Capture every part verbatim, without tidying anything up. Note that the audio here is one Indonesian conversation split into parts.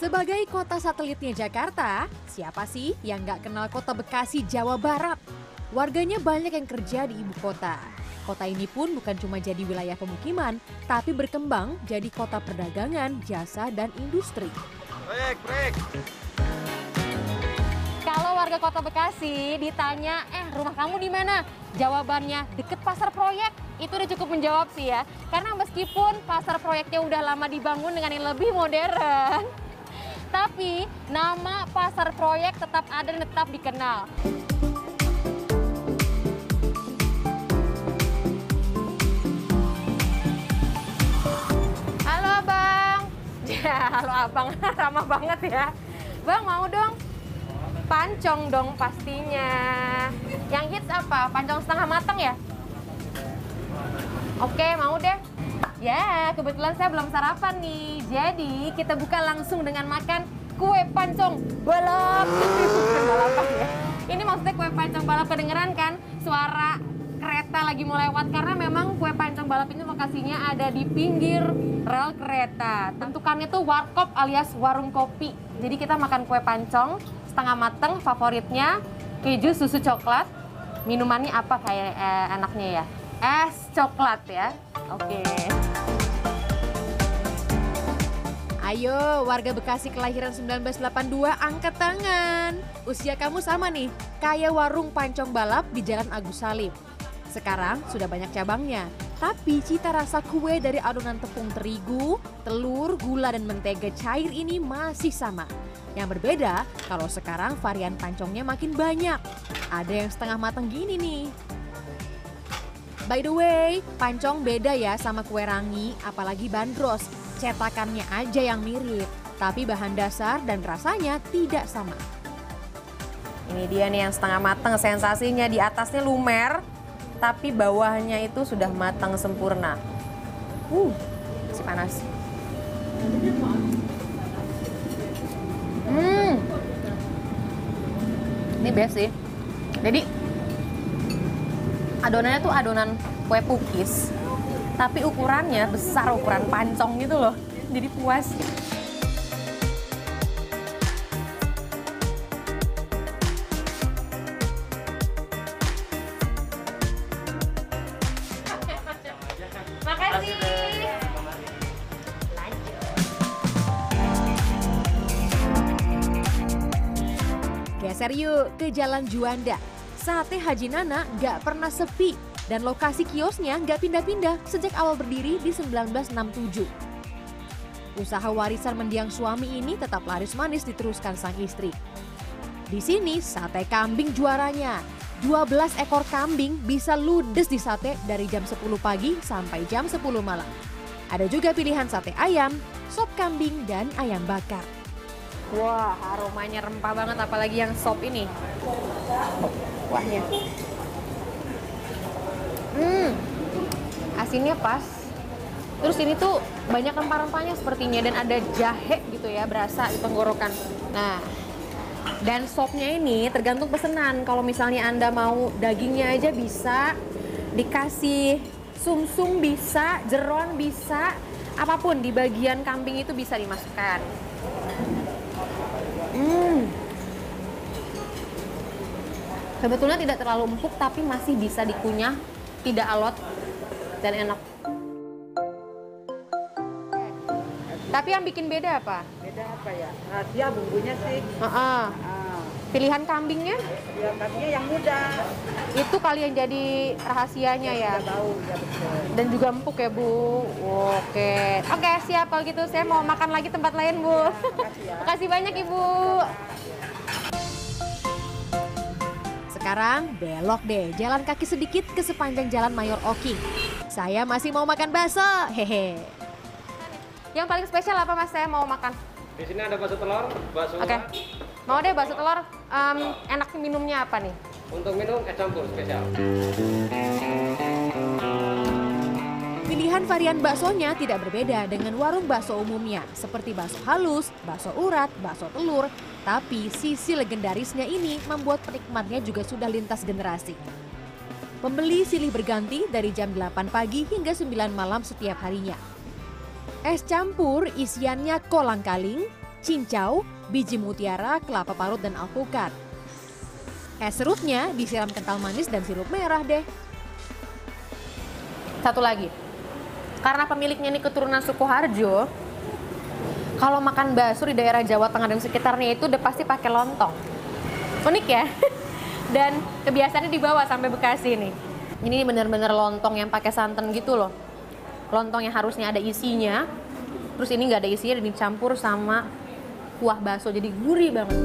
Sebagai kota satelitnya Jakarta, siapa sih yang nggak kenal kota Bekasi, Jawa Barat? Warganya banyak yang kerja di ibu kota. Kota ini pun bukan cuma jadi wilayah pemukiman, tapi berkembang jadi kota perdagangan, jasa, dan industri. Break, break. Kalau warga kota Bekasi ditanya, eh rumah kamu di mana? Jawabannya deket pasar proyek. Itu udah cukup menjawab sih ya. Karena meskipun pasar proyeknya udah lama dibangun dengan yang lebih modern, tapi nama pasar proyek tetap ada dan tetap dikenal. Halo Abang. Ya, halo Abang. Ramah banget ya. Bang, mau dong? Pancong dong pastinya. Yang hits apa? Pancong setengah matang ya? Oke, mau deh. Ya, kebetulan saya belum sarapan nih. Jadi, kita buka langsung dengan makan kue pancong balap. Bukan balapan ya. Ini maksudnya kue pancong balap, kedengeran kan? Suara kereta lagi mau lewat. Karena memang kue pancong balap ini lokasinya ada di pinggir rel kereta. Tentukannya tuh warkop alias warung kopi. Jadi kita makan kue pancong setengah mateng, favoritnya keju susu coklat. Minumannya apa kayak eh, enaknya ya? Es coklat ya. Oke. Ayo warga Bekasi kelahiran seribu sembilan ratus delapan puluh dua angkat tangan. Usia kamu sama nih, kayak warung pancong balap di Jalan Agus Salim. Sekarang sudah banyak cabangnya, tapi cita rasa kue dari adonan tepung terigu, telur, gula, dan mentega cair ini masih sama. Yang berbeda, kalau sekarang varian pancongnya makin banyak. Ada yang setengah matang gini nih. By the way, pancong beda ya sama kue rangi, apalagi bandros. Cetakannya aja yang mirip, tapi bahan dasar dan rasanya tidak sama. Ini dia nih yang setengah matang, sensasinya di atasnya lumer, tapi bawahnya itu sudah matang sempurna. Uh, masih panas. Hmm, ini best sih. Jadi adonannya tuh adonan kue pukis, tapi ukurannya besar, ukuran pancong gitu loh. Jadi puas. Makasih. Geser yuk ke Jalan Juanda. Sate Haji Nana nggak pernah sepi dan lokasi kiosnya nggak pindah-pindah sejak awal berdiri di seribu sembilan ratus enam puluh tujuh. Usaha warisan mendiang suami ini tetap laris manis diteruskan sang istri. Di sini sate kambing juaranya. dua belas ekor kambing bisa ludes di sate dari jam sepuluh pagi sampai jam sepuluh malam. Ada juga pilihan sate ayam, sop kambing, dan ayam bakar. Wah, aromanya rempah banget, apalagi yang sop ini. Kuahnya. Hmm, asinnya pas. Terus ini tuh banyak rempah-rempahnya sepertinya, dan ada jahe gitu ya, berasa di tenggorokan. Nah, dan sopnya ini tergantung pesenan. Kalau misalnya Anda mau dagingnya aja bisa, dikasih sumsum bisa, jeroan bisa, apapun di bagian kambing itu bisa dimasukkan. Hmm. Sebetulnya tidak terlalu empuk, tapi masih bisa dikunyah, tidak alot dan enak. Tapi yang bikin beda apa? Beda apa ya? Rahasia bumbunya sih. Uh-uh. Ah, Pilihan kambingnya ya kambingnya yang muda. itu kali yang jadi rahasianya ya. Udah bau, ya betul. Dan juga empuk ya Bu. Oke, oke siap kalau gitu. Saya mau makan lagi tempat lain Bu. Ya, makasih ya. Makasih banyak Ibu. Sekarang belok deh, jalan kaki sedikit ke sepanjang Jalan Mayor Oking. Saya masih mau makan bakso, hehe. Yang paling spesial apa Mas? Saya mau makan. Di sini ada bakso telur, bakso Oke. urat. Mau deh bakso telur. Em, enaknya minumnya apa nih? Untuk minum es campur spesial. Pilihan varian baksonya tidak berbeda dengan warung bakso umumnya, seperti bakso halus, bakso urat, bakso telur. Tapi sisi legendarisnya ini membuat penikmatnya juga sudah lintas generasi. Pembeli silih berganti dari jam delapan pagi hingga sembilan malam setiap harinya. Es campur isiannya kolang-kaling, cincau, biji mutiara, kelapa parut, dan alpukat. Es serutnya disiram kental manis dan sirup merah deh. Satu lagi, karena pemiliknya ini keturunan suku Harjo, kalau makan bakso di daerah Jawa Tengah dan sekitarnya itu udah pasti pakai lontong. Unik ya? Dan kebiasaannya dibawa sampai Bekasi nih. Ini bener-bener lontong yang pakai santan gitu loh. Lontong yang harusnya ada isinya, terus ini nggak ada isinya dan dicampur sama kuah bakso, jadi gurih banget.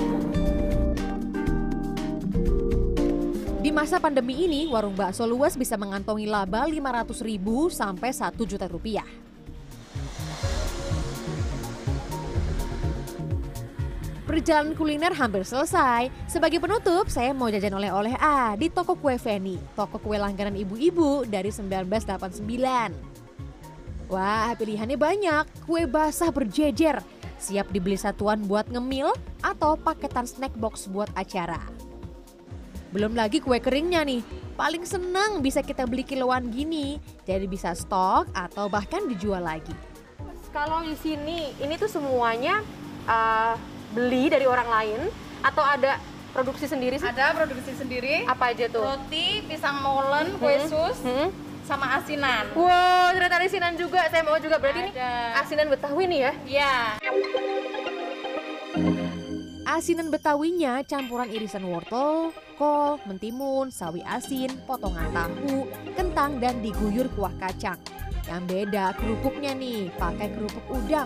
Di masa pandemi ini, warung bakso luas bisa mengantongi laba lima ratus ribu sampai satu juta rupiah. Perjalanan kuliner hampir selesai. Sebagai penutup, saya mau jajan oleh-oleh ah di toko kue Feni, toko kue langganan ibu-ibu dari seribu sembilan ratus delapan puluh sembilan. Wah, pilihannya banyak. Kue basah berjejer, siap dibeli satuan buat ngemil atau paketan snack box buat acara. Belum lagi kue keringnya nih, paling senang bisa kita beli kiloan gini, jadi bisa stok atau bahkan dijual lagi. Kalau di sini, ini tuh semuanya uh, beli dari orang lain atau ada produksi sendiri sih? Ada produksi sendiri. Apa aja tuh? Roti, pisang molen, kue Hmm. sus, Hmm. sama asinan. Wow, ternyata ada asinan juga. Saya mau juga. Berarti ini Ada. asinan Betawi nih ya? Iya. Asinan Betawinya campuran irisan wortel, kol, mentimun, sawi asin, potongan tahu, kentang, dan diguyur kuah kacang. Yang beda kerupuknya nih, pakai kerupuk udang.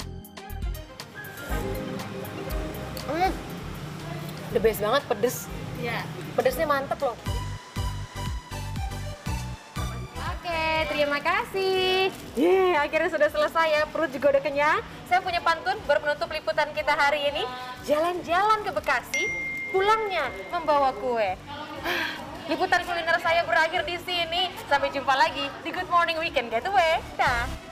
Hmm. The best banget, pedes. Iya. Pedesnya mantep loh. Oke, terima kasih. Yeay, akhirnya sudah selesai ya. Perut juga udah kenyang. Saya punya pantun baru menutup liputan kita hari ini. Jalan-jalan ke Bekasi, pulangnya membawa kue. Liputan kuliner saya berakhir di sini. Sampai jumpa lagi di Good Morning Weekend Getaway. Dah.